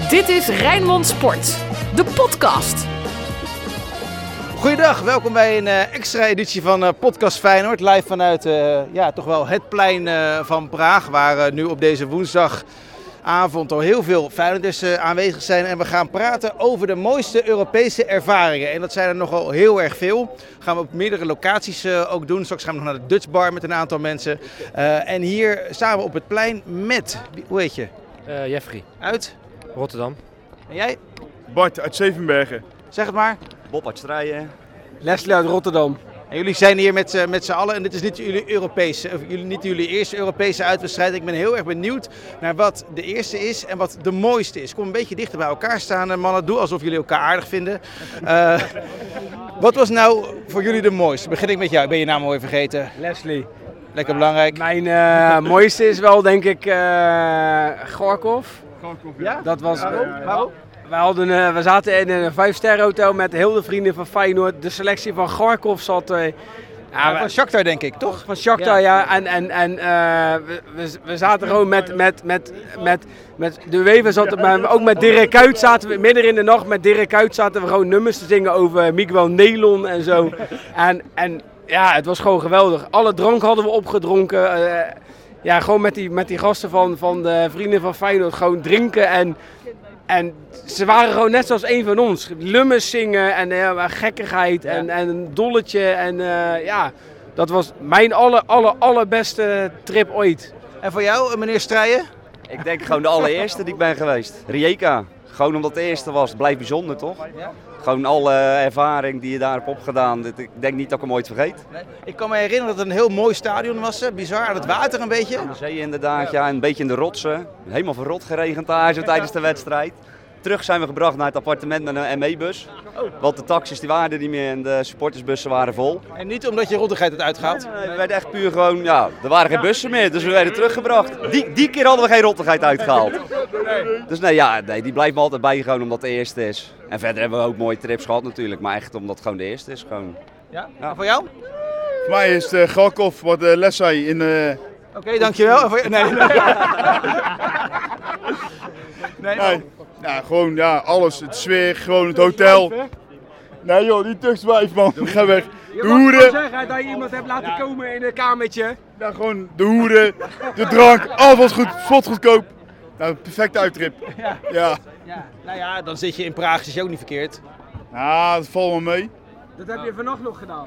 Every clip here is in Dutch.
Dit is Rijnmond Sport, de podcast. Goeiedag, welkom bij een extra editie van Podcast Feyenoord. Live vanuit toch wel het plein van Praag, waar nu op deze woensdagavond al heel veel Feyenoorders aanwezig zijn. En we gaan praten over de mooiste Europese ervaringen. En dat zijn er nogal heel erg veel. Dat gaan we op meerdere locaties ook doen. Straks gaan we nog naar de Dutch Bar met een aantal mensen. En hier staan we op het plein met, hoe heet je? Jeffrey. Uit? Rotterdam. En jij? Bart uit Zevenbergen. Zeg het maar. Bob uit Strijen. Leslie uit Rotterdam. En jullie zijn hier met z'n allen en dit is niet jullie eerste Europese uitwedstrijd. Ik ben heel erg benieuwd naar wat de eerste is en wat de mooiste is. Kom een beetje dichter bij elkaar staan, mannen. Doe alsof jullie elkaar aardig vinden. Wat was nou voor jullie de mooiste? Begin ik met jou. Ik ben je naam mooi vergeten. Leslie. Lekker belangrijk. Mijn mooiste is wel denk ik Gorkov. Ja? Dat was... Waarom? We zaten in een 5-sterren hotel met heel de vrienden van Feyenoord. De selectie van Gorkov zat... Van Shakhtar denk ik, toch? Van Shakhtar, ja. En we zaten gewoon met de Wever zat er, maar ook met Dirk Kuyt zaten we midden in de nacht. Met Dirk Kuyt zaten we gewoon nummers te zingen over Miguel Nelon en zo. En ja, het was gewoon geweldig. Alle drank hadden we opgedronken. Gewoon met die gasten van de vrienden van Feyenoord gewoon drinken en ze waren gewoon net zoals een van ons. Lummers zingen en gekkigheid en een dolletje. En dat was mijn allerbeste trip ooit. En voor jou, meneer Strijen? Ik denk gewoon de allereerste die ik ben geweest. Rijeka. Gewoon omdat het de eerste was. Het blijft bijzonder, toch? Ja. Gewoon alle ervaring die je daar hebt opgedaan. Ik denk niet dat ik hem ooit vergeet. Nee. Ik kan me herinneren dat het een heel mooi stadion was. Bizar, aan het water een beetje. De zee inderdaad, ja. Een beetje in de rotsen. Helemaal verrot geregend daar zo tijdens de wedstrijd. Terug zijn we gebracht naar het appartement met een ME-bus. Want de taxis die waren er niet meer en de supportersbussen waren vol. En niet omdat je rottigheid had uitgehaald? Nee, we werden echt puur gewoon, er waren geen bussen meer, dus we werden teruggebracht. Die keer hadden we geen rottigheid uitgehaald. Dus die blijft me altijd bij gewoon omdat het de eerste is. En verder hebben we ook mooie trips gehad natuurlijk, maar echt omdat het gewoon de eerste is. Gewoon. Ja? En voor jou? Voor mij is het Gorkov, wat Les zei in... Oké, dankjewel. En voor je... Nee. Nou, gewoon alles. Het sfeer, gewoon het hotel. Nee joh, niet tussenwijf man. Ga weg. De hoeren. Ik zeggen dat je iemand hebt laten komen in een kamertje. Ja, gewoon de hoeren, de drank, alles was goed, vlot goedkoop. Nou, perfecte uittrip. Ja. Nou ja, dan zit je in Praag, zit je ook niet verkeerd. Nou, dat valt me mee. Dat heb je vannacht nog gedaan.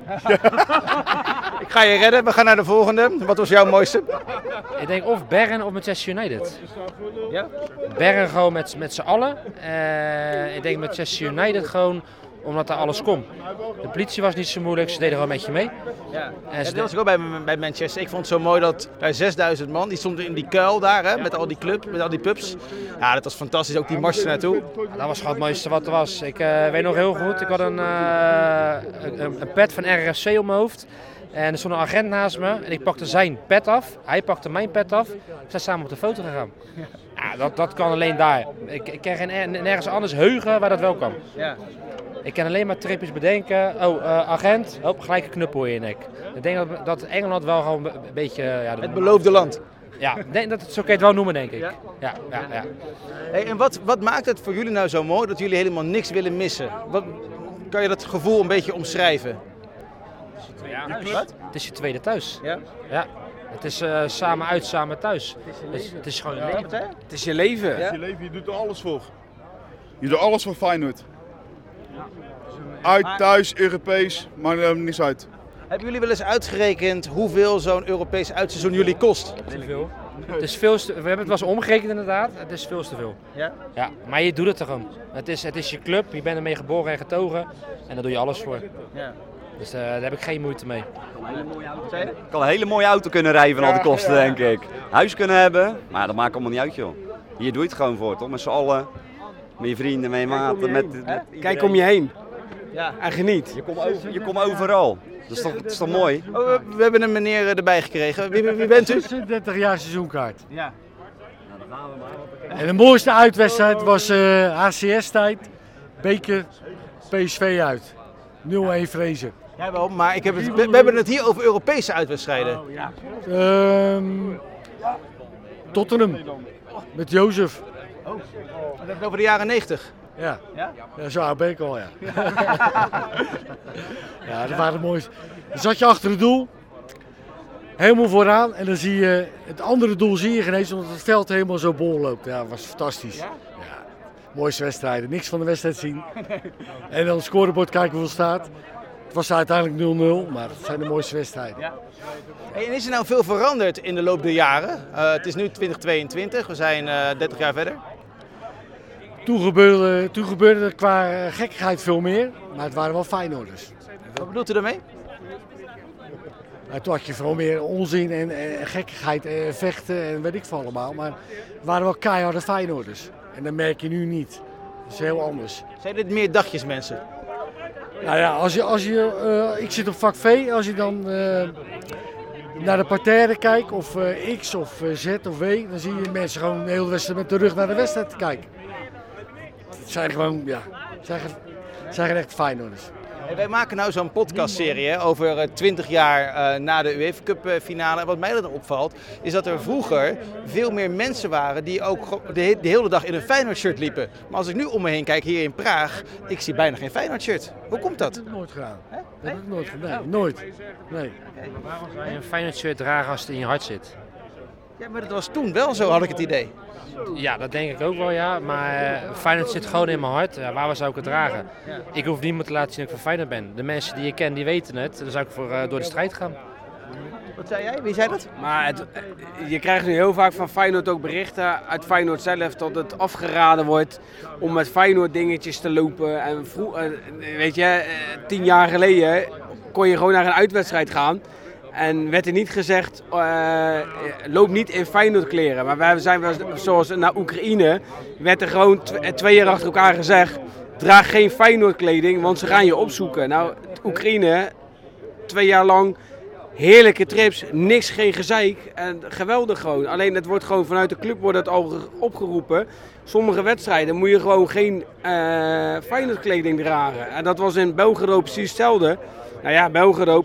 Ik ga je redden, we gaan naar de volgende. Wat was jouw mooiste? Ik denk of Bern of Manchester United. Ja? Bern gewoon met z'n allen. Ik denk Manchester United gewoon omdat daar alles kon. De politie was niet zo moeilijk, ze deden gewoon met je mee. Ja. Dat was ik ook bij Manchester. Ik vond het zo mooi dat daar 6000 man, die stonden in die kuil daar, hè, met al die pubs. Ja, dat was fantastisch, ook die mars naartoe. Dat was gewoon het mooiste wat er was. Ik weet nog heel goed, ik had een pet van RFC op mijn hoofd. En er stond een agent naast me en ik pakte zijn pet af. Hij pakte mijn pet af. We zijn samen op de foto gegaan. Ja, dat kan alleen daar. Ik ken nergens anders heugen waar dat wel kan. Ja. Ik kan alleen maar tripjes bedenken. Agent, gelijk een knuppel in je nek. Ik denk dat Engeland wel gewoon een beetje... Het beloofde land. Ja, zo kan je het wel noemen, denk ik. Ja. Hey, en wat maakt het voor jullie nou zo mooi dat jullie helemaal niks willen missen? Kan je dat gevoel een beetje omschrijven? Het is je tweede thuis. Ja? Ja. Het is samen uit, samen thuis. Het is gewoon je leven. Het is je leven. Ja? Je leven, je doet er alles voor. Je doet alles voor Feyenoord. Uit, thuis, Europees, maakt er niks uit. Hebben jullie wel eens uitgerekend hoeveel zo'n Europees uitseizoen jullie kost? Te veel. Het is veel we hebben het wel eens omgerekend inderdaad. Het is veel te veel. Ja? Ja, maar je doet het er gewoon. Het is je club, je bent ermee geboren en getogen. En daar doe je alles voor. Ja. Dus daar heb ik geen moeite mee. Ik kan een hele mooie auto kunnen rijden van al die kosten, denk ik. Huis kunnen hebben, maar dat maakt allemaal niet uit, joh. Hier doe je het gewoon voor, toch? Met z'n allen, met je vrienden, met je maten. Kijk om je heen. Ja. En geniet. Je komt overal. Dat is toch mooi? Oh, we hebben een meneer erbij gekregen. Wie bent u? 30 jaar seizoenkaart. Ja. En de mooiste uitwedstrijd was HCS-tijd. Beker PSV uit. 0-1 vrezen. Jawel, maar we hebben het hier over Europese uitwedstrijden. Oh, ja. Tottenham. Met Jozef. Oh, dat heb je over de jaren 90. Ja. Ja? Ja, zo oud ben ik al, ja. Ja, dat waren de mooiste. Dan zat je achter het doel, helemaal vooraan en dan zie je het andere doel zie je geen eens, omdat het veld helemaal zo bol loopt. Ja, dat was fantastisch. Ja? Ja, mooiste wedstrijden, niks van de wedstrijd zien. En dan het scorebord kijken hoeveel staat. Het was uiteindelijk 0-0, maar het zijn de mooiste wedstrijden. Ja. Hey, en is er nou veel veranderd in de loop der jaren? Het is nu 2022, we zijn 30 jaar verder. Toen gebeurde er qua gekkigheid veel meer, maar het waren wel Feyenoorders. Wat bedoelt u daarmee? Toen had je vooral meer onzin en gekkigheid en vechten en weet ik veel allemaal. Maar het waren wel keiharde Feyenoorders. En dat merk je nu niet. Dat is heel anders. Zijn dit meer dagjesmensen? Nou ja, ik zit op vak V. Als je dan naar de parterre kijkt, of X of Z of W, dan zie je mensen gewoon de hele wedstrijd met de rug naar de wedstrijd te kijken. Het zijn gewoon, ja, het zijn echt Feyenoorders. Hey, wij maken nou zo'n podcastserie over 20 jaar na de UEFA Cup finale. En wat mij dan opvalt, is dat er vroeger veel meer mensen waren die ook de hele dag in een Feyenoord shirt liepen. Maar als ik nu om me heen kijk hier in Praag, ik zie bijna geen Feyenoord shirt. Hoe komt dat? Dat heb ik nooit gedaan. Dat heb ik nooit gedaan. Nee, nooit. Nee. Waarom zou je een Feyenoord shirt dragen als het in je hart zit? Ja, maar dat was toen wel zo, had ik het idee. Ja, dat denk ik ook wel, ja. Maar Feyenoord zit gewoon in mijn hart. Ja, waar zou ik het dragen? Ik hoef niemand te laten zien dat ik van Feyenoord ben. De mensen die ik ken, die weten het. Dan zou ik voor door de strijd gaan. Wat zei jij? Wie zei dat? Maar je krijgt nu heel vaak van Feyenoord ook berichten uit Feyenoord zelf dat het afgeraden wordt om met Feyenoord dingetjes te lopen. En weet je, 10 jaar geleden kon je gewoon naar een uitwedstrijd gaan. En werd er niet gezegd, loop niet in Feyenoord kleren. Maar wij zijn wel, zoals naar Oekraïne, werd er gewoon 2 jaar achter elkaar gezegd, draag geen Feyenoord kleding, want ze gaan je opzoeken. Nou, Oekraïne, 2 jaar lang, heerlijke trips, niks, geen gezeik en geweldig gewoon. Alleen het wordt gewoon vanuit de club wordt het al opgeroepen. Sommige wedstrijden moet je gewoon geen Feyenoord kleding dragen. En dat was in Belgrado precies hetzelfde. Nou ja, Belgrado,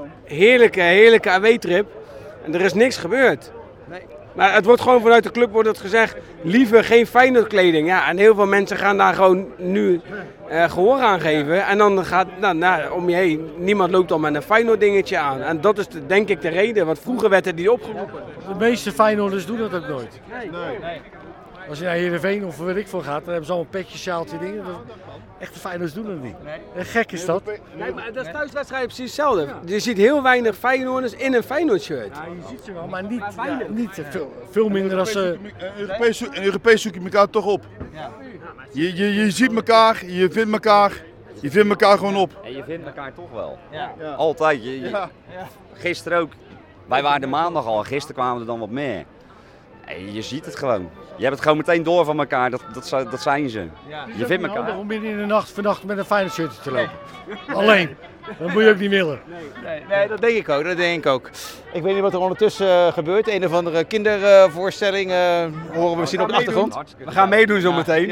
heerlijke away-trip. En er is niks gebeurd. Nee. Maar het wordt gewoon vanuit de club wordt het gezegd, liever geen Feyenoord kleding. Ja, en heel veel mensen gaan daar gewoon nu gehoor aan geven. En dan gaat, om je heen, niemand loopt al met een Feyenoord dingetje aan. En dat is denk ik de reden, want vroeger werd het niet opgeroepen. De meeste Feyenoorders doen dat ook nooit. Nee. Als je naar Heerenveen of weet ik veel gaat, dan hebben ze allemaal petjes, sjaaltje, dingen. Echte Feyenoorders doen dat niet. Nee. Gek is dat. Nee, maar dat is thuiswedstrijd precies hetzelfde. Je ziet heel weinig Feyenoorders in een Feyenoord shirt. Ja, je ziet ze wel, maar niet veel minder als... In Europees zoek je elkaar toch op. Je ziet elkaar, je vindt elkaar gewoon op. En je vindt elkaar toch wel. Ja. Altijd. Gisteren ook. Wij waren de maandag al en gisteren kwamen er dan wat meer. En je ziet het gewoon. Je hebt het gewoon meteen door van elkaar, dat zijn ze. Ja. Je vindt elkaar. Om midden in de nacht vannacht met een Feyenoord shirt te lopen. Nee. Alleen, dat moet je ook niet willen. Nee, dat denk ik ook. Ik weet niet wat er ondertussen gebeurt. Een of andere kindervoorstelling horen we misschien op de achtergrond. We gaan meedoen zometeen.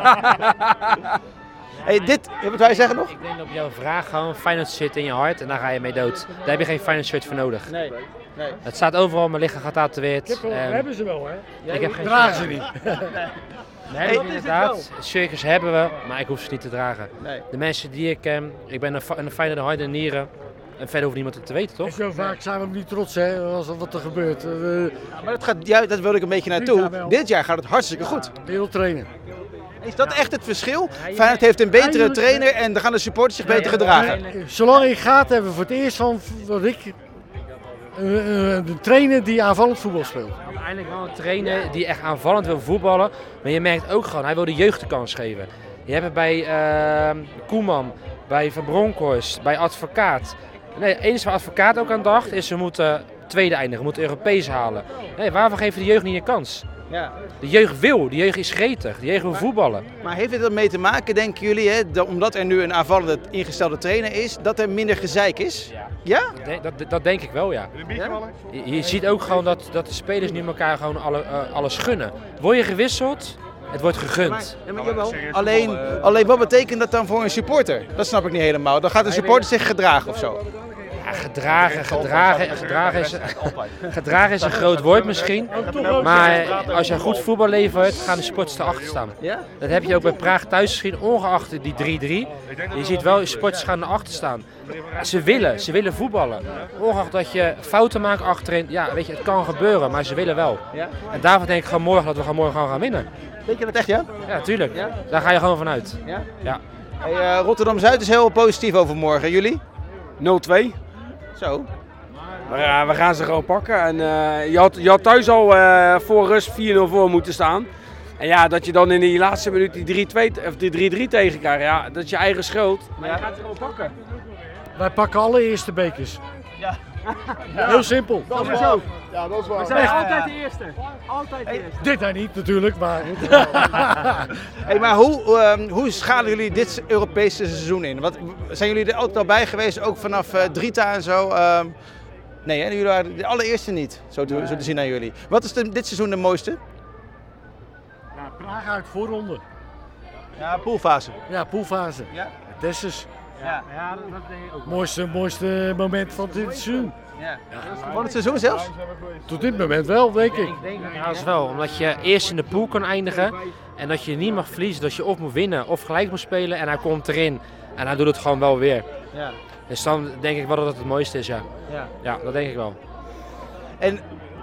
Hey, wat wij zeggen nog? Ik denk dat op jouw vraag gewoon Feyenoord zit in je hart en daar ga je mee dood. Daar heb je geen Feyenoord shirt voor nodig. Nee. Het staat overal, mijn lichaam gaat tatoeëerd. Hebben ze wel, hè? Ik heb geen dragen ze niet. Nee, inderdaad. Shirtjes hebben we, maar ik hoef ze niet te dragen. Nee. De mensen die ik ken, ik ben een Feyenoord hart en nieren. En verder hoeft niemand het te weten, toch? En zo vaak zijn we niet trots, hè, wat er gebeurt. Maar dat wil ik een beetje naartoe. Dit jaar gaat het hartstikke goed. Heel trainen. Is dat echt het verschil? Feyenoord heeft een betere trainer en dan gaan de supporters zich beter gedragen. Zolang ik gaat, hebben we voor het eerst van wat ik... een trainer die aanvallend voetbal speelt. Uiteindelijk wel een trainer die echt aanvallend wil voetballen. Maar je merkt ook gewoon, hij wil de jeugd de kans geven. Je hebt het bij Koeman, bij Van Bronckhorst, bij Advocaat. Nee, het enige waar Advocaat ook aan dacht is, we moeten tweede eindigen, we moeten Europees halen. Nee, waarvoor geven de jeugd niet een kans? Ja. De jeugd wil, de jeugd is gretig, de jeugd wil voetballen. Maar heeft dit ermee te maken, denken jullie, omdat er nu een aanvallende ingestelde trainer is, dat er minder gezeik is? Ja? Dat denk ik wel, ja. Je ziet ook gewoon dat de spelers nu elkaar gewoon alles gunnen. Word je gewisseld, het wordt gegund. Alleen wat betekent dat dan voor een supporter? Dat snap ik niet helemaal. Dan gaat de supporter zich gedragen of zo. Gedragen is een groot woord misschien. Maar als je goed voetbal levert, gaan de sporters erachter staan. Ja? Dat heb je ook bij Praag thuis gezien, ongeacht die 3-3. Je ziet wel, de sporters gaan erachter staan. Ze willen voetballen. Ongeacht dat je fouten maakt achterin, ja, weet je, het kan gebeuren, maar ze willen wel. Ja? En daarvoor denk ik gewoon morgen dat we gewoon morgen gaan winnen. Denk je dat echt, ja? Ja, tuurlijk. Ja? Daar ga je gewoon vanuit. Ja? Ja. Hey, Rotterdam-Zuid is heel positief over morgen. Jullie? 0-2. Zo. Maar ja, we gaan ze gewoon pakken. En, je had thuis al voor rust 4-0 voor moeten staan. En ja, dat je dan in die laatste minuut die 3-2 of die 3-3 tegenkrijgt, ja, dat is je eigen schuld. Maar je gaat ze gewoon pakken. Wij pakken alle eerste bekers. Ja. Heel simpel. Dat is zo. Ja, dat is waar. We zijn altijd de eerste. Altijd de eerste. Dit daar niet natuurlijk, maar... Hey, maar hoe schalen jullie dit Europese seizoen in? Zijn jullie er altijd al bij geweest, ook vanaf Drita en zo? Nee, hè? Jullie waren de allereerste niet, zo te zien aan jullie. Wat is dit seizoen de mooiste? Ja, Praag uit voorronde. Ja, poolfase. Ja, poolfase. Ja? Dessus. Ja. Dat denk ik ook. Mooiste moment van dit seizoen. Ja. Van het seizoen zelfs? Tot dit moment wel, denk ik. Ik denk dat haast wel, omdat je eerst in de pool kan eindigen en dat je niet mag verliezen, dat je of moet winnen of gelijk moet spelen en hij komt erin en hij doet het gewoon wel weer. Ja. Dus dan denk ik wel dat het het mooiste is, ja. Ja. Ja, dat denk ik wel. En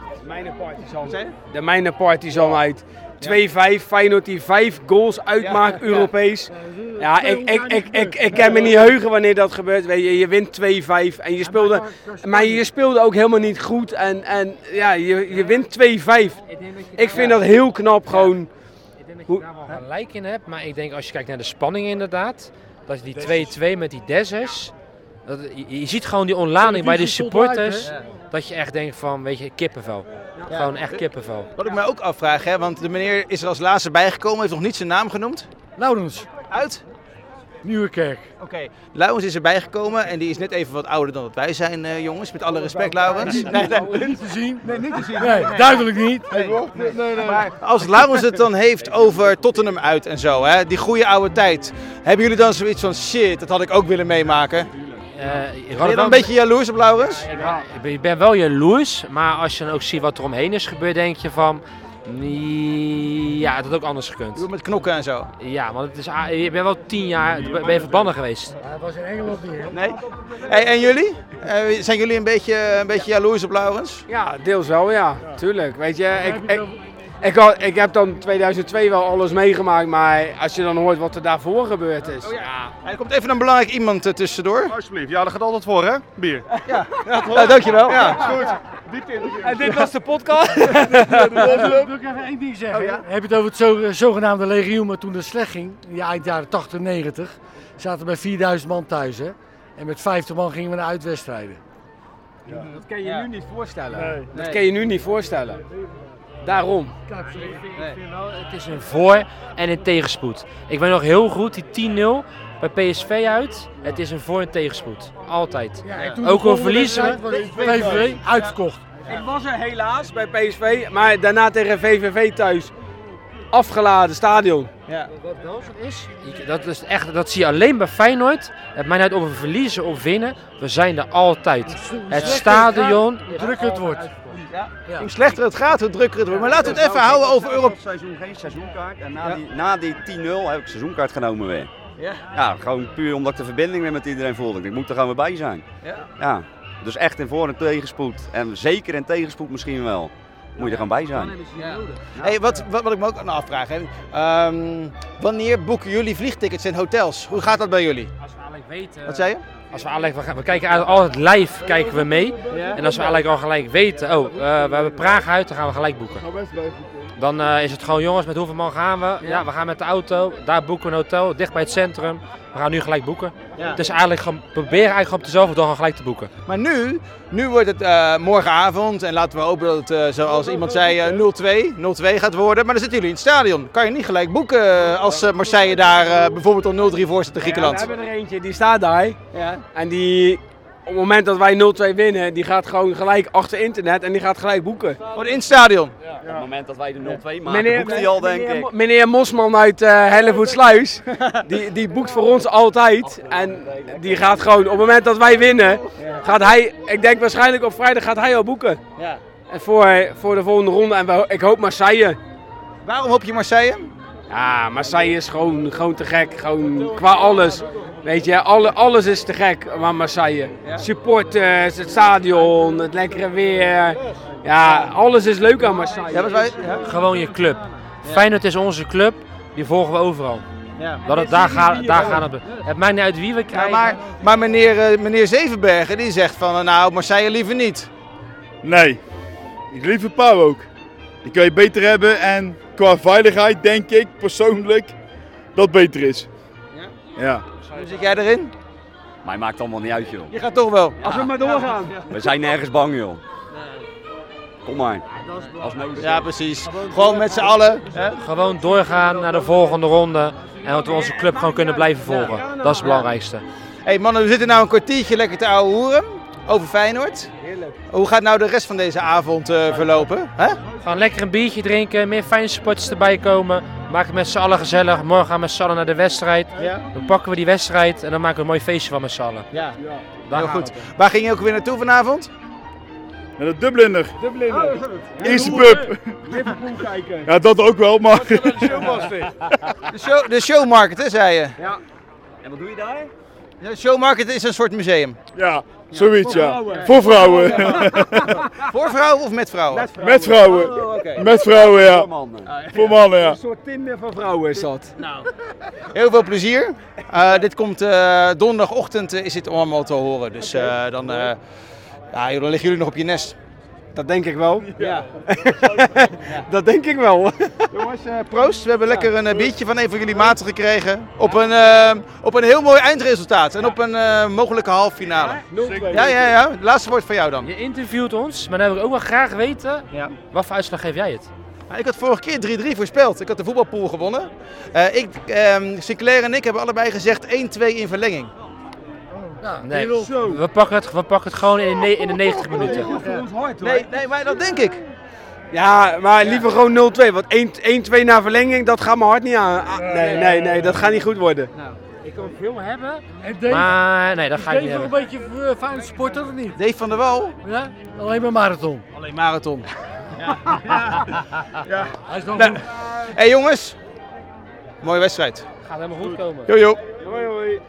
De mijne partizan uit 2-5, Feyenoord die 5 goals uitmaakt, Europees. Ja, ik kan me niet heugen wanneer dat gebeurt. Weet je wint 2-5 en je speelde ook helemaal niet goed en ja, je wint 2-5. Ik vind dat heel knap gewoon. Ik denk dat je daar wel gelijk in hebt, maar ik denk als je kijkt naar de spanning inderdaad, dat je die 2-2 met die Dessers, je ziet gewoon die onlading bij de supporters, dat je echt denkt van, weet je, kippenvel. Ja. Gewoon echt kippenvel. Wat ik mij ook afvraag, hè, want de meneer is er als laatste bijgekomen, heeft nog niet zijn naam genoemd. Laurens, Uit? Nieuwekerk. Oké. Laurens is erbij gekomen en die is net even wat ouder dan dat wij zijn, jongens. Met alle respect, Laurens. Niet te zien? Nee, niet te zien. Nee, duidelijk niet. Maar als Laurens het dan heeft over Tottenham uit en zo, hè, die goede oude tijd. Hebben jullie dan zoiets van, shit, dat had ik ook willen meemaken? Ben je dan een beetje jaloers op Laurens? Ik ben wel jaloers, maar als je dan ook ziet wat er omheen is gebeurd, denk je van, ja, het had ook anders gekund. Met knokken en zo. Ja, want het is, je bent wel 10 jaar ben je verbannen geweest. Hij was in Engeland niet, hè? Nee? Hey, en jullie? Zijn jullie een beetje jaloers op Laurens? Ja, deels wel, ja. Tuurlijk. Weet je, ik heb dan 2002 wel alles meegemaakt, maar als je dan hoort wat er daarvoor gebeurd is. Ja. Er komt even een belangrijk iemand tussendoor. Alsjeblieft. Ja, dat gaat altijd voor, hè? Bier. Nou, dankjewel. Ja, is goed. En dit was de podcast. Wil ik even één ding zeggen? Heb je het over het zogenaamde legioen, maar toen het slecht ging, in de eind jaren 80, 90, zaten we bij 4000 man thuis, hè? En met 50 man gingen we naar uitwedstrijden. Dat kan je nu niet voorstellen. Nee. Dat kan je nu niet voorstellen. Daarom. Het is een voor- en een tegenspoed. Ik weet nog heel goed die 10-0 bij PSV uit. Het is een voor- en tegenspoed. Altijd. Ook al verliezen we. VVV uitverkocht. Ik was er helaas bij PSV, maar daarna tegen VVV thuis. Afgeladen stadion. Ja. Wat wel zo is, dat zie je alleen bij Feyenoord. Het maakt niet uit of we verliezen of winnen. We zijn er altijd. Het stadion. Hoe drukker het wordt. Hoe slechter het gaat, hoe drukker het wordt. Maar laten we het even houden over Europa. Seizoen geen seizoenkaart en na die 10-0 heb ik seizoenkaart genomen weer. Ja. Ja, gewoon puur omdat ik de verbinding weer met iedereen voelde. Ik moet er gewoon weer bij zijn. Ja. Dus echt in voor- en tegenspoed. En zeker in tegenspoed misschien wel. Moet je er gewoon bij zijn. Hey, wat ik me ook nog afvraag. Hè. Wanneer boeken jullie vliegtickets en hotels? Hoe gaat dat bij jullie? Als we eigenlijk weten. Wat zei je? Als we we kijken eigenlijk altijd live kijken we mee. En als we eigenlijk al gelijk weten, we hebben Praag uit, dan gaan we gelijk boeken. Dan is het gewoon, jongens, met hoeveel man gaan we? Ja, we gaan met de auto, daar boeken we een hotel, dicht bij het centrum. We gaan nu gelijk boeken. Ja. Dus eigenlijk proberen eigenlijk op dezelfde dag al gelijk te boeken. Maar nu wordt het morgenavond en laten we hopen dat het, zoals iemand zei, 0-2 gaat worden. Maar dan zitten jullie in het stadion. Kan je niet gelijk boeken als Marseille daar bijvoorbeeld al 0-3 voor zit in Griekenland? Ja, we hebben er eentje, die staat daar. Ja. En die het moment dat wij 0-2 winnen, die gaat gewoon gelijk achter internet en die gaat gelijk boeken. Gewoon in het stadion. Op het moment dat wij de 0-2 maken, boekt hij al, denk ik. Meneer Mosman uit Hellevoetsluis, die boekt voor ons altijd. En die gaat gewoon, op het moment dat wij winnen, gaat hij, ik denk waarschijnlijk op vrijdag gaat hij al boeken. Ja. En voor de volgende ronde, en ik hoop Marseille. Waarom hoop je Marseille? Ja, Marseille is gewoon te gek, gewoon qua alles. Weet je, alles is te gek aan Marseille. Supporters, het stadion, het lekkere weer. Ja, alles is leuk aan Marseille. Ja, Gewoon je club. Feyenoord is onze club, die volgen we overal. Ja. Daar gaan het. Het maakt niet uit wie we krijgen. Ja, maar meneer Zevenbergen die zegt van nou Marseille liever niet. Nee, ik liever Pauw ook. Die kan je beter hebben en qua veiligheid denk ik persoonlijk dat het beter is. Ja. Hoe zit jij erin? Mij maakt allemaal niet uit, joh. Je gaat toch wel. Als we maar doorgaan. We zijn nergens bang, joh. Kom maar. Als nodig. Ja, precies. Gewoon met z'n allen. Hè? Gewoon doorgaan naar de volgende ronde. En dat we onze club gewoon kunnen blijven volgen. Dat is het belangrijkste. Hey mannen, we zitten nou een kwartiertje lekker te ouwe hoeren over Feyenoord. Heerlijk. Hoe gaat nou de rest van deze avond verlopen? Hè? Gaan lekker een biertje drinken, meer Feyenoord supporters erbij komen. Maken het met z'n allen gezellig. Morgen gaan we met z'n allen naar de wedstrijd. Ja. Dan pakken we die wedstrijd en dan maken we een mooi feestje van met z'n allen. Ja. Daar Heel gaan goed. we. Waar ging je ook weer naartoe vanavond? Naar de Dubliner. Eerste Ja, pub. Liverpool kijken. Ja, dat ook wel, maar... De showmarket, hè, zei je? Ja. En wat doe je daar? De showmarket is een soort museum. Ja, zoiets ja. Voor vrouwen. Voor vrouwen of met vrouwen? Met vrouwen. Oh, oké. Met vrouwen, ja. mannen. Voor mannen, ja. Een soort Tinder van vrouwen is dat. Nou, heel veel plezier. Dit komt donderdagochtend is dit allemaal te horen. Dus dan liggen jullie nog op je nest. Dat denk ik wel. Ja. Dat denk ik wel. Jongens, proost. We hebben lekker een biertje van een van jullie maten gekregen. Op een heel mooi eindresultaat. En op een mogelijke halffinale. Ja. Het laatste woord van jou dan. Je interviewt ons, maar dan wil ik ook wel graag weten, Ja. wat voor uitslag geef jij het? Ik had vorige keer 3-3 voorspeld. Ik had de voetbalpool gewonnen. Sinclair en ik hebben allebei gezegd 1-2 in verlenging. Nee, we pakken het gewoon in de 90 minuten. Nee, maar dat denk ik. Ja, maar liever gewoon 0-2. Want 1-2 na verlenging, dat gaat mijn hart niet aan. Nee, dat gaat niet goed worden. Ik kan veel hebben, En Dave, maar nee, dat ga ik Dave niet nog een hebben. beetje fijn sporten of niet? Dave van der Wal. Ja? Alleen maar marathon. Alleen marathon. Hij is nog Nou, goed. hey jongens. Mooie wedstrijd. Gaat helemaal goed komen. Jojo. Hoi.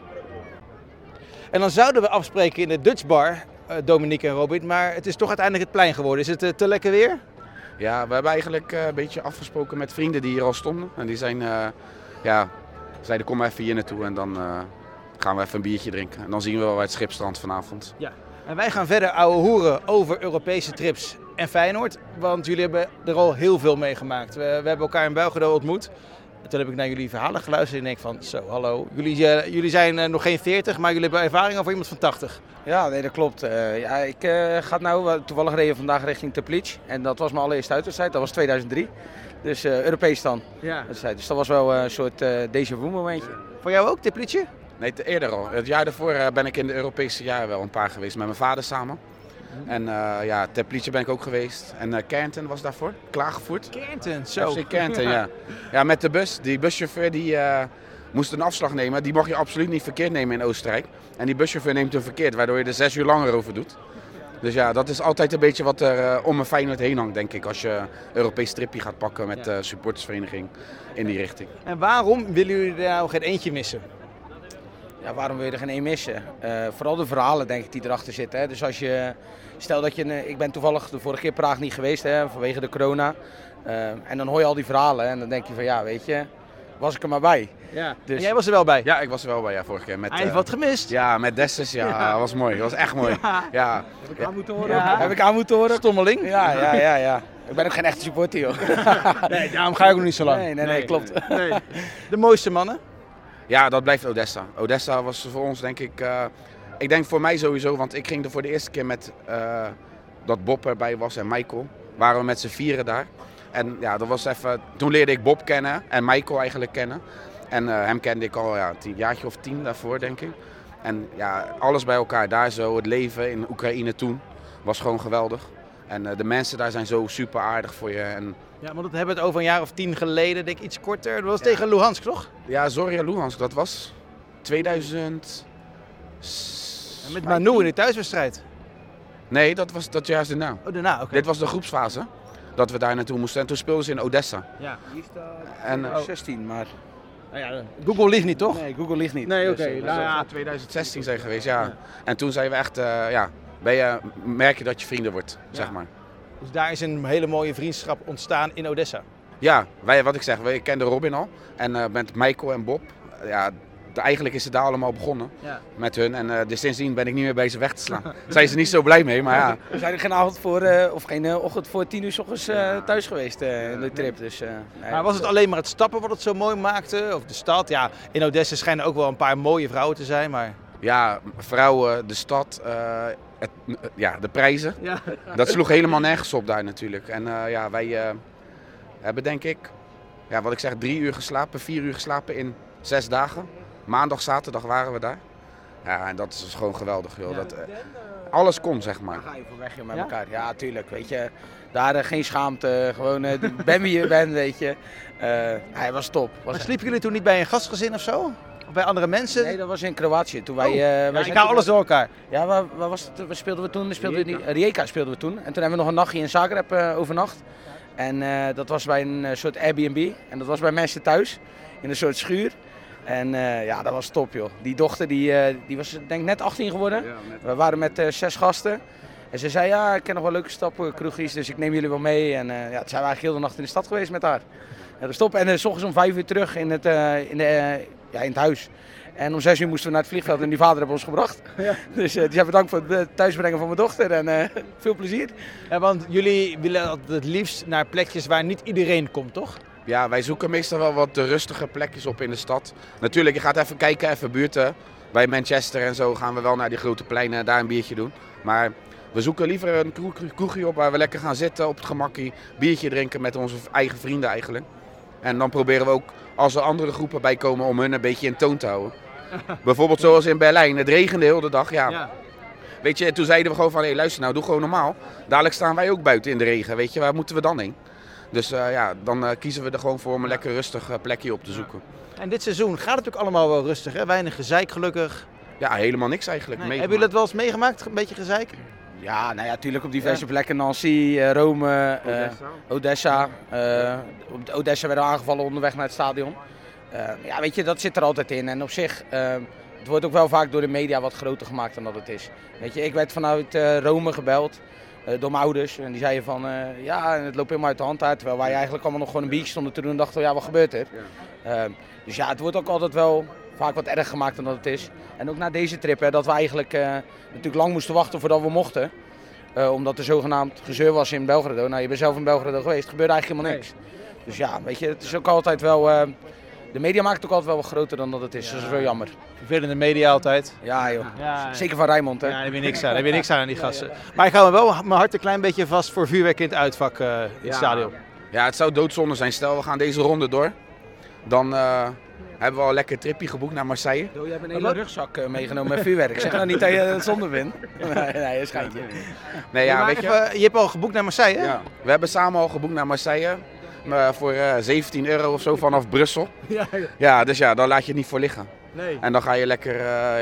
En dan zouden we afspreken in de Dutch Bar, Dominique en Robin. Maar het is toch uiteindelijk het plein geworden. Is het te lekker weer? Ja, we hebben eigenlijk een beetje afgesproken met vrienden die hier al stonden. En die zijn, zeiden kom maar even hier naartoe en dan gaan we even een biertje drinken. En dan zien we wel bij het Schipstrand vanavond. Ja. En wij gaan verder ouwe hoeren over Europese trips en Feyenoord. Want jullie hebben er al heel veel meegemaakt. We hebben elkaar in Belgrado ontmoet. En toen heb ik naar jullie verhalen geluisterd en denk van, zo hallo, jullie zijn nog geen 40, maar jullie hebben ervaring over iemand van 80. Ja, nee, dat klopt. Ik ga nou toevallig reden vandaag richting Teplice. En dat was mijn allereerste uitwedstrijd. Dat was 2003. Dus Europees dan. Ja. Dus dat was wel een soort déjà vu momentje. Voor jou ook, Teplice? Nee, eerder al. Het jaar daarvoor ben ik in de Europese jaren wel een paar geweest met mijn vader samen. En Teplice ben ik ook geweest. En Kärnten was daarvoor, klaargevoerd. Kärnten, zo. FC Kärnten, ja. Ja, met de bus. Die buschauffeur die moest een afslag nemen. Die mag je absoluut niet verkeerd nemen in Oostenrijk. En die buschauffeur neemt hem verkeerd, waardoor je er 6 uur langer over doet. Dus ja, dat is altijd een beetje wat er om een Feyenoord heen hangt, denk ik. Als je een Europees tripje gaat pakken met de supportersvereniging in die richting. En waarom willen jullie er nou geen eentje missen? Ja, waarom wil je er geen één missen? Vooral de verhalen denk ik die erachter zitten. Hè. Dus als je, stel dat je, ik ben toevallig de vorige keer Praag niet geweest hè, vanwege de corona. En dan hoor je al die verhalen en dan denk je van ja, weet je, was ik er maar bij. Ja. Dus- En jij was er wel bij? Ja, ik was er wel bij vorige keer. Met, Hij heeft wat gemist. Ja, met Dessus. Ja, dat was mooi. Dat was echt mooi. Ja. Heb ik aan moeten horen? Ja. Heb ik aan moeten horen? Stommeling? Ja. Ik ben ook geen echte supporter joh. Nee, daarom ga ik ook nog niet zo lang. Nee, klopt. Nee. De mooiste mannen? Ja, dat blijft Odessa. Odessa was voor ons denk ik denk voor mij sowieso, want ik ging er voor de eerste keer met dat Bob erbij was en Michael. Waren we met z'n vieren daar. En ja, dat was even, toen leerde ik Bob kennen en Michael eigenlijk kennen. En hem kende ik al een jaartje of 10 daarvoor denk ik. En ja, alles bij elkaar daar zo, het leven in Oekraïne toen was gewoon geweldig. En de mensen daar zijn zo super aardig voor je. En Ja, want dat hebben we het over een jaar of 10 geleden, denk ik iets korter. Dat was tegen Luhansk, toch? ja, Zorya Luhansk, dat was 2000... En met Manu in de thuiswedstrijd. Nee, dat was dat juist daarna. Oh, daarna, oké. Dit was de groepsfase, dat we daar naartoe moesten. En toen speelden ze in Odessa. Ja. En, 16, maar... Nou ja, Google ligt niet, toch? Nee, Google ligt niet. Nee, oké. Dus, Nou ja, 2016 zijn geweest, ja. En toen zijn we echt, merk je dat je vrienden wordt, zeg maar. dus daar is een hele mooie vriendschap ontstaan in Odessa. Ja, wat ik zeg, wij kenden Robin al. En met Michael en Bob, ja, eigenlijk is het daar allemaal begonnen met hun. En dus sindsdien ben ik niet meer bezig weg te slaan. Daar zijn ze niet zo blij mee, maar ja. We zijn er geen avond voor, of geen ochtend voor 10 uur 's ochtends thuis geweest in de trip. Dus, Maar was het alleen maar het stappen wat het zo mooi maakte? Of de stad? Ja, in Odessa schijnen ook wel een paar mooie vrouwen te zijn, maar... Ja, vrouwen, de stad, de prijzen. Ja. Dat sloeg helemaal nergens op daar natuurlijk. En wij hebben denk ik, wat ik zeg, 3 uur geslapen, 4 uur geslapen in 6 dagen. Maandag, zaterdag waren we daar. Ja, en dat is gewoon geweldig, joh. Dat, alles kon, zeg maar. Dan ga je voor weg met elkaar. Ja, tuurlijk, weet je. Daar geen schaamte, gewoon ben wie je bent, weet je. Hij was top. Maar sliepen jullie toen niet bij een gastgezin of zo? Of bij andere mensen? Nee, dat was in Kroatië. Toen wij, ik hou alles door elkaar. Ja, waar was het? Waar speelden we toen? Rijeka speelden we toen. En toen hebben we nog een nachtje in Zagreb overnacht. En dat was bij een soort Airbnb. En dat was bij mensen thuis, in een soort schuur. En dat was top, joh. Die dochter die was denk ik net 18 geworden. Ja, we waren met 6 gasten. En ze zei, ja, ik ken nog wel leuke stappen, kroegjes, dus ik neem jullie wel mee. En toen zijn we eigenlijk heel de nacht in de stad geweest met haar. Ja, dat is top. En 's ochtends om 5 uur terug in het huis. En om 6 uur moesten we naar het vliegveld en die vader heeft ons gebracht. Ja. Dus die zijn bedankt voor het thuisbrengen van mijn dochter en veel plezier. Ja, want jullie willen het liefst naar plekjes waar niet iedereen komt, toch? Ja, wij zoeken meestal wel wat rustige plekjes op in de stad. Natuurlijk, je gaat even kijken, even buurten. Bij Manchester en zo gaan we wel naar die grote pleinen en daar een biertje doen. Maar we zoeken liever een kroegje op waar we lekker gaan zitten op het gemakkie. Biertje drinken met onze eigen vrienden eigenlijk. En dan proberen we ook, als er andere groepen bij komen, om hun een beetje in toon te houden. Bijvoorbeeld zoals in Berlijn, het regende heel de dag. Ja. Weet je, toen zeiden we gewoon van, luister nou, doe gewoon normaal. Dadelijk staan wij ook buiten in de regen, weet je, waar moeten we dan heen? Dus dan kiezen we er gewoon voor om een lekker rustig plekje op te zoeken. En dit seizoen gaat het natuurlijk allemaal wel rustig, hè? Weinig gezeik gelukkig. Ja, helemaal niks eigenlijk. Nee. Hebben jullie dat wel eens meegemaakt, een beetje gezeik? Ja, nou ja, natuurlijk op diverse plekken. Nancy, Rome, Odessa. Op Odessa werden we aangevallen onderweg naar het stadion. Ja, weet je, dat zit er altijd in. En op zich, het wordt ook wel vaak door de media wat groter gemaakt dan dat het is. Weet je, ik werd vanuit Rome gebeld door mijn ouders. En die zeiden van, het loopt helemaal uit de hand uit. Terwijl wij eigenlijk allemaal nog gewoon een biertje stonden te doen en dachten, ja, wat gebeurt er? Dus ja, het wordt ook altijd wel vaak wat erg gemaakt dan dat het is. En ook na deze trip, dat we eigenlijk natuurlijk lang moesten wachten voordat we mochten. Omdat er zogenaamd gezeur was in Belgrado. Nou, je bent zelf in Belgrado geweest, er gebeurde eigenlijk helemaal niks. Dus ja, weet je, het is ook altijd wel... de media maakt het ook altijd wel wat groter dan dat het is. Dat is wel jammer. Vervelende media altijd. Ja, joh. Ja, zeker van Rijnmond, hè. Ja, daar heb je niks aan. Daar heb je niks aan die gasten. Maar ik hou me wel mijn hart een klein beetje vast voor vuurwerk in het uitvak in het stadion. Ja, het zou doodzonde zijn. Stel, we gaan deze ronde door. Dan hebben we al een lekker tripje geboekt naar Marseille. Je hebt een hele rugzak meegenomen met vuurwerk. Zeg nou niet dat je het zonder bent. Nee, een schijntje. Nee, ja, weet je hebt al geboekt naar Marseille, hè? Ja. We hebben samen al geboekt naar Marseille. Voor €17 of zo vanaf Brussel. Ja, dus ja, dan laat je het niet voor liggen. Nee. En dan ga je lekker,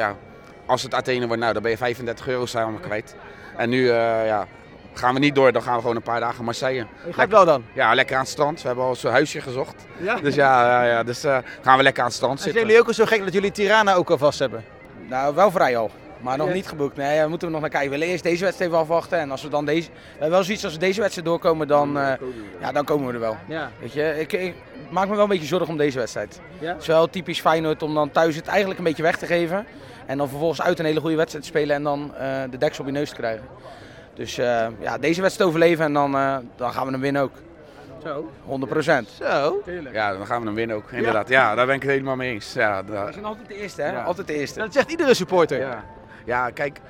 als het Athene wordt, nou, dan ben je €35 samen kwijt. En nu gaan we niet door, dan gaan we gewoon een paar dagen Marseille. Ga ik wel dan? Ja, lekker aan het strand. We hebben al zo'n huisje gezocht. Ja? Dus dus gaan we lekker aan het strand zitten. Zijn jullie ook al zo gek dat jullie Tirana ook al vast hebben? Nou, wel vrij al. Maar nog niet geboekt. Nee, daar moeten we nog naar kijken. We willen eerst deze wedstrijd even afwachten. En als we dan we hebben wel zoiets, als we deze wedstrijd doorkomen, dan komen we er wel. Ja. Weet je, ik maak me wel een beetje zorgen om deze wedstrijd. Ja? Het is wel typisch Feyenoord om dan thuis het eigenlijk een beetje weg te geven. En dan vervolgens uit een hele goede wedstrijd te spelen en dan de deksel op je neus te krijgen. Dus deze wedstrijd overleven en dan gaan we hem winnen ook. Zo. 100%. Zo. Ja, dan gaan we hem winnen ook, inderdaad. Ja, daar ben ik het helemaal mee eens. Ja, we zijn altijd de eerste, hè? Ja. Altijd de eerste. Dat zegt iedere supporter. Ja, kijk,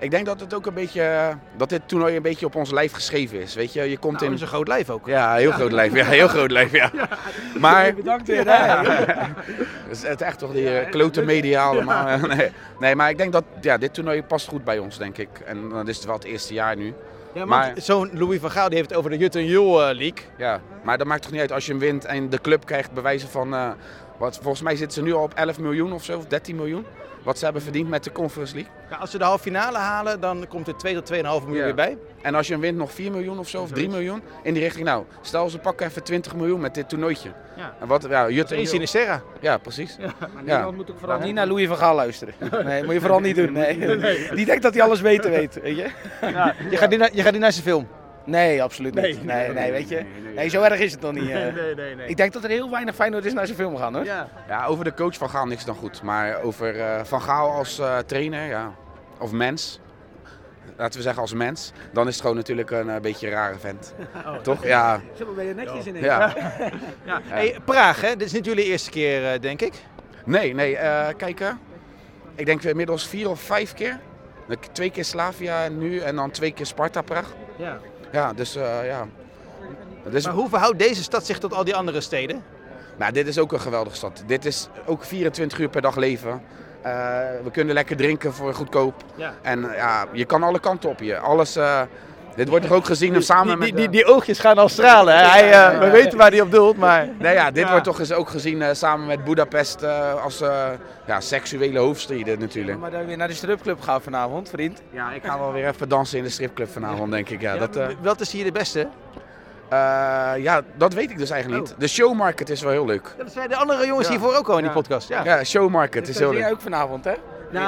Ik denk dat het ook een beetje, dat dit toernooi een beetje op ons lijf geschreven is. Weet je komt Nou, in... dat is een groot lijf ook. Ja, heel groot lijf. Ja, heel groot lijf, ja. Maar... Bedankt weer. Het is echt toch die klote media allemaal. Nee, maar ik denk dat dit toernooi past goed bij ons, denk ik. En dan is het wel het eerste jaar nu. Ja, maar zo'n Louis van Gaal die heeft het over de Jut en Jul League. Ja, maar dat maakt toch niet uit als je hem wint en de club krijgt bewijzen van... volgens mij zitten ze nu al op 11 miljoen of zo, of 13 miljoen. Wat ze hebben verdiend met de Conference League. Ja, als ze de halve finale halen, dan komt er 2 tot 2,5 miljoen weer bij. En als je hem wint nog 4 miljoen of zo, of 3 miljoen in die richting. Nou, stel ze pakken even 20 miljoen met dit toernooitje. Ja. En wat, ja, Jut en Eén Sinisterra. Ja, precies. Maar Nederland moet ook vooral niet naar Louis van Gaal luisteren. Nee, moet je vooral niet doen. Nee. Die denkt dat hij alles weet, weet je. Ja, je gaat niet naar zijn film. Nee, absoluut niet. Nee, weet je. Nee, zo erg is het nog niet. Nee. Ik denk dat er heel weinig Feyenoorders naar zijn film gaan, hoor. Ja, over de coach van Gaal niks dan goed. Maar over Van Gaal als trainer, ja, of mens, laten we zeggen als mens, dan is het gewoon natuurlijk een beetje een rare vent. Toch? Ja. Zo ben je netjes in. Ja. Hey, Praag, hè? Dit is niet jullie eerste keer, denk ik. Nee, kijk, ik denk inmiddels 4 of 5 keer. 2 keer Slavia nu en dan 2 keer Sparta Praag. Ja. Ja, dus ja. Dus, Maar hoe verhoudt deze stad zich tot al die andere steden? nou, dit is ook een geweldige stad. Dit is ook 24 uur per dag leven. We kunnen lekker drinken voor goedkoop. Ja. En ja, je kan alle kanten op hier. Alles, dit wordt toch ook gezien samen met... Die oogjes gaan al stralen. Hè? We weten waar hij op doelt, maar... Nee, ja, dit wordt toch eens ook gezien samen met Budapest als seksuele hoofdsteden natuurlijk. Maar dan weer naar de stripclub gaan vanavond, vriend. Ja, ik ga wel weer even dansen in de stripclub vanavond, denk ik. Ja, Wat is hier de beste? ja, dat weet ik dus eigenlijk niet. De showmarket is wel heel leuk. Ja, dat zeiden de andere jongens hiervoor ook al in die podcast. Ja. Ja, showmarket is heel Dat zie leuk. jij ook vanavond, hè?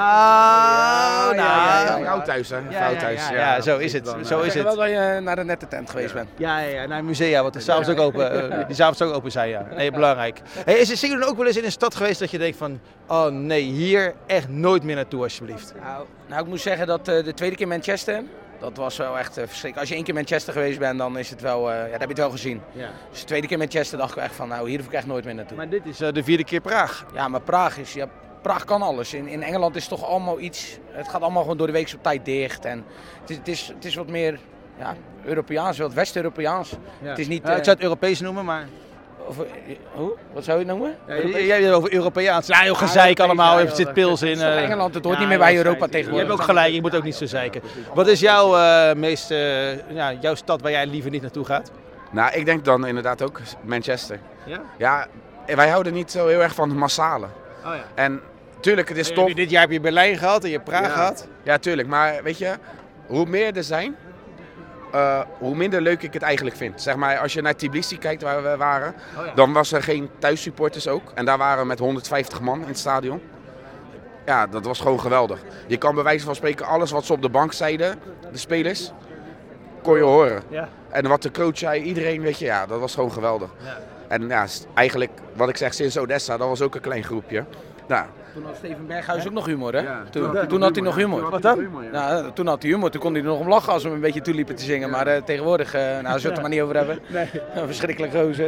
Jouw thuis, hè? Jouw thuis. Ja, zo is het. Zo is Ik het. wel dat je naar de nette tent geweest bent. Ja, naar een musea, wat s'avonds ook open, die s'avonds ook open zijn. Ja. Nee, belangrijk. Hey, zijn jullie dan ook wel eens in een stad geweest dat je denkt van, oh nee, hier echt nooit meer naartoe alsjeblieft? Nou, ik moet zeggen dat de tweede keer Manchester, dat was wel echt verschrikkelijk. Als je 1 keer Manchester geweest bent, dan is het wel, dan heb je het wel gezien. Ja. Dus de tweede keer Manchester dacht ik echt van, nou hier hoef ik echt nooit meer naartoe. Maar dit is de 4e keer Praag. Ja, maar Praag kan alles. In Engeland is het toch allemaal iets, het gaat allemaal gewoon door de week op tijd dicht. En het is wat meer Europeaans, wat West-Europeaans. Ja. Het is niet... Ik zou het Europees noemen, maar... Hoe? Wat zou je het noemen? Jij hebt het over Europeaans. Nou, heel gezeik allemaal, er zit pils in. Engeland, het hoort niet meer bij Europa tegenwoordig. Je hebt ook gelijk, je moet ook niet zo zeiken. Wat is jouw jouw stad waar jij liever niet naartoe gaat? Nou, ik denk dan inderdaad ook Manchester. Ja? Ja, wij houden niet zo heel erg van het massale. Oh ja. En tuurlijk, het is tof. Dit jaar heb je Berlijn gehad en je hebt Praag gehad. Ja, tuurlijk. Maar weet je, hoe meer er zijn, hoe minder leuk ik het eigenlijk vind. Zeg maar, als je naar Tbilisi kijkt waar we waren, dan was er geen thuissupporters ook. En daar waren we met 150 man in het stadion. Ja, dat was gewoon geweldig. Je kan bij wijze van spreken alles wat ze op de bank zeiden, de spelers, kon je horen. Ja. En wat de coach zei, iedereen, weet je, ja, dat was gewoon geweldig. Ja. En ja, eigenlijk, wat ik zeg, sinds Odessa, dat was ook een klein groepje. Nou, toen had Steven Berghuis ook nog humor, hè? Ja, toen had hij nog humor. Wat dan? Nou, toen had hij humor. Toen kon hij er nog om lachen als we hem een beetje toeliepen te zingen. Maar tegenwoordig, zullen we het er maar niet over hebben. Nee. Verschrikkelijk gozer.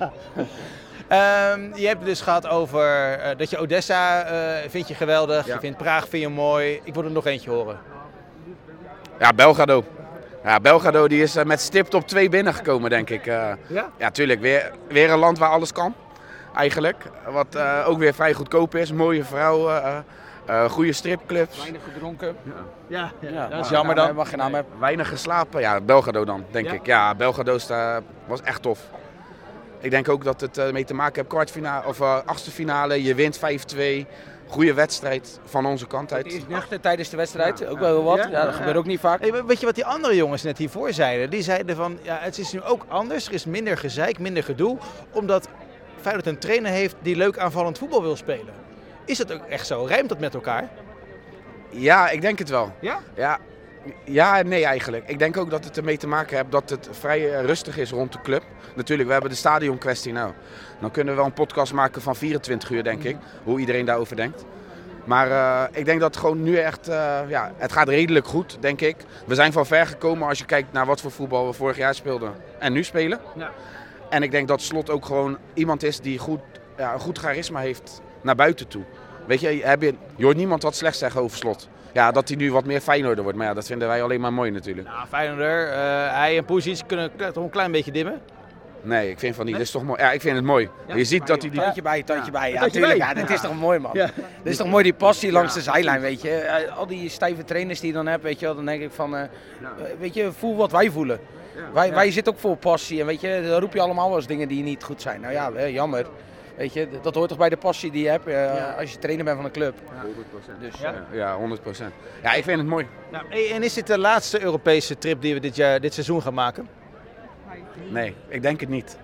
Je hebt het dus gehad over dat je Odessa vind je geweldig. Ja. Je vindt Praag vind je mooi. Ik wil er nog eentje horen. Ja, Belgrado. Ja, Belgrado die is met stipt op 2 binnengekomen, denk ik. Ja, tuurlijk. Weer een land waar alles kan. Eigenlijk. Wat ook weer vrij goedkoop is. Mooie vrouwen. Goede stripclubs. Weinig gedronken. Ja, dat is jammer dan. Mag geen naam hebben. Weinig geslapen. Ja, Belgrado dan, denk ik. Ja, Belgrado was echt tof. Ik denk ook dat het mee te maken heeft. Kwartfinale of achtste finale. Je wint 5-2. Goede wedstrijd van onze kant uit. Het is nuchter tijdens de wedstrijd, ook wel heel wat. Ja, dat gebeurt ook niet vaak. Hey, weet je wat die andere jongens net hiervoor zeiden? Die zeiden van, ja, het is nu ook anders. Er is minder gezeik, minder gedoe. Omdat Feyenoord een trainer heeft die leuk aanvallend voetbal wil spelen. Is dat ook echt zo? Rijmt dat met elkaar? Ja, ik denk het wel. Ja? Ja en nee eigenlijk. Ik denk ook dat het ermee te maken heeft dat het vrij rustig is rond de club. Natuurlijk, we hebben de stadionkwestie nou. Dan kunnen we wel een podcast maken van 24 uur, denk ik. Hoe iedereen daarover denkt. Maar ik denk dat het gewoon nu echt, het gaat redelijk goed, denk ik. We zijn van ver gekomen als je kijkt naar wat voor voetbal we vorig jaar speelden en nu spelen. Ja. En ik denk dat Slot ook gewoon iemand is die een goed charisma heeft naar buiten toe. Weet je, je hoort niemand wat slecht zeggen over Slot. ja, dat hij nu wat meer Feyenoorder wordt. Maar ja, dat vinden wij alleen maar mooi natuurlijk. Nou, Feyenoorder, hij en Pusic kunnen toch een klein beetje dimmen. Nee, ik vind van niet. Dat is toch mooi. Ja, ik vind het mooi. Je ziet dat hij die... Tandje bij. Ja, natuurlijk. Ja, dat is toch mooi, man. Ja. Dat is toch mooi, die passie langs de zijlijn, weet je. Al die stijve trainers die je dan hebt, weet je wel, dan denk ik van, weet je, voel wat wij voelen. Wij zitten ook vol passie en weet je, dan roep je allemaal wel eens dingen die niet goed zijn. Nou ja, jammer. Weet je, dat hoort toch bij de passie die je hebt als je trainer bent van een club. Ja, 100%. Dus, ja, 100%. Ja, ik vind het mooi. Nou, en is dit de laatste Europese trip die we dit seizoen gaan maken? Nee, ik denk het niet.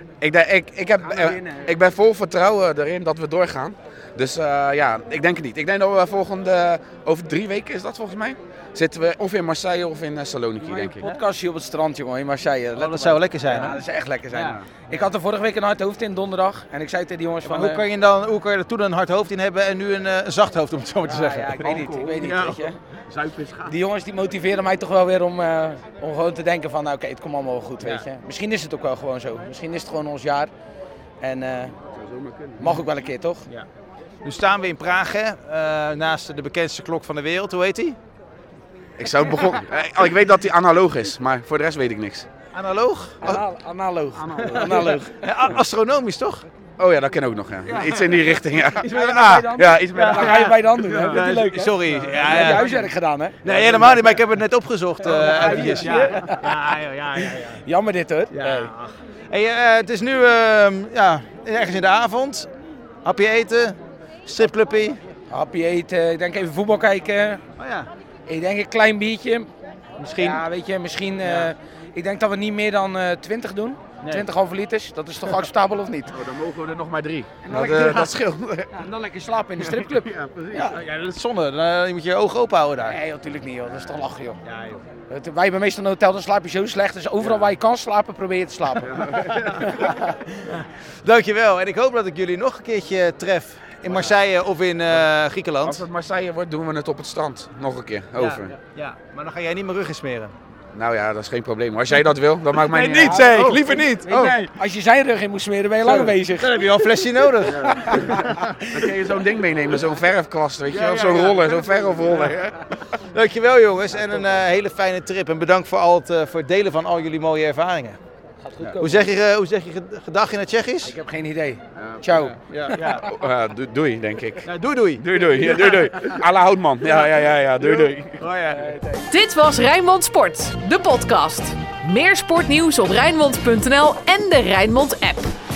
Ik ben vol vertrouwen erin dat we doorgaan. Dus ja, ik denk het niet. Ik denk dat we over 3 weken is dat volgens mij, zitten we of in Marseille of in Saloniki, denk ik. Een podcastje op het strand, jongen, in Marseille. Dat zou wel lekker zijn. Ja, dat zou echt lekker zijn. Ja. Ik had er vorige week een hard hoofd in, donderdag. En ik zei tegen die jongens van... Hoe kan je er toen een hard hoofd in hebben en nu een zacht hoofd, om het zo maar te zeggen? Ja, ik weet niet, weet je. Die jongens die motiveren mij toch wel weer om gewoon te denken van, nou, oké, het komt allemaal wel goed, weet je. Misschien is het ook wel gewoon zo. Misschien is het gewoon ons jaar. En mag ook wel een keer, toch? Ja. Nu staan we in Praag, hè? Naast de bekendste klok van de wereld. Hoe heet die? Ik weet dat die analoog is, maar voor de rest weet ik niks. Analoog? Analoog. Ja, astronomisch, toch? Oh ja, dat ken ik ook nog, ja. Iets in die richting, ja. Iets met een A. Ja, iets met een A. Dat ga je bij de hand doen, hè? Ja, leuk, sorry. Je hebt je huiswerk gedaan, hè? Nee, helemaal niet, maar ik heb het net opgezocht. Eventjes. Ja. Jammer dit, hoor. Ja. Hey, het is nu ergens in de avond. Hapje eten, stripclubje. Hapje eten, ik denk even voetbal kijken. Oh ja. Ik denk een klein biertje. Misschien. Ja, weet je, misschien... Ik denk dat we niet meer dan 20 doen. Nee. 20,5 liters, dat is toch acceptabel of niet? Oh, dan mogen we er nog maar 3. Dat scheelt. Ja, en dan lekker slapen in de stripclub. Ja, precies. Ja, dat is zonde. Dan moet je je ogen open houden daar. Nee, natuurlijk niet, joh. Dat is toch lachen, joh. Ja, joh. Wij hebben meestal een hotel, dan slaap je zo slecht. Dus overal waar je kan slapen, probeer je te slapen. Ja. Dankjewel. En ik hoop dat ik jullie nog een keertje tref. In Marseille of in Griekenland. Als het Marseille wordt, doen we het op het strand. Nog een keer, over. Ja. Maar dan ga jij niet mijn rug insmeren. Nou ja, dat is geen probleem. Als jij dat wil, dan maakt mij niet uit. Nee, niet, liever niet. Nee. Als je zijn rug in moet smeren, ben je lang bezig. Dan heb je wel een flesje nodig. Ja. Dan kun je zo'n ding meenemen, zo'n verfkwast, weet je wel. Zo'n roller, zo'n verfroller. Ja. Dankjewel jongens en een hele fijne trip. En bedankt voor het delen van al jullie mooie ervaringen. Hoe zeg je gedag in het Tsjechisch? Ik heb geen idee. Ciao. Doei, denk ik. Ja, doei. Doei. Alla Houtman. Ja. Doei. Oh, ja. Dit was Rijnmond Sport, de podcast. Meer sportnieuws op Rijnmond.nl en de Rijnmond app.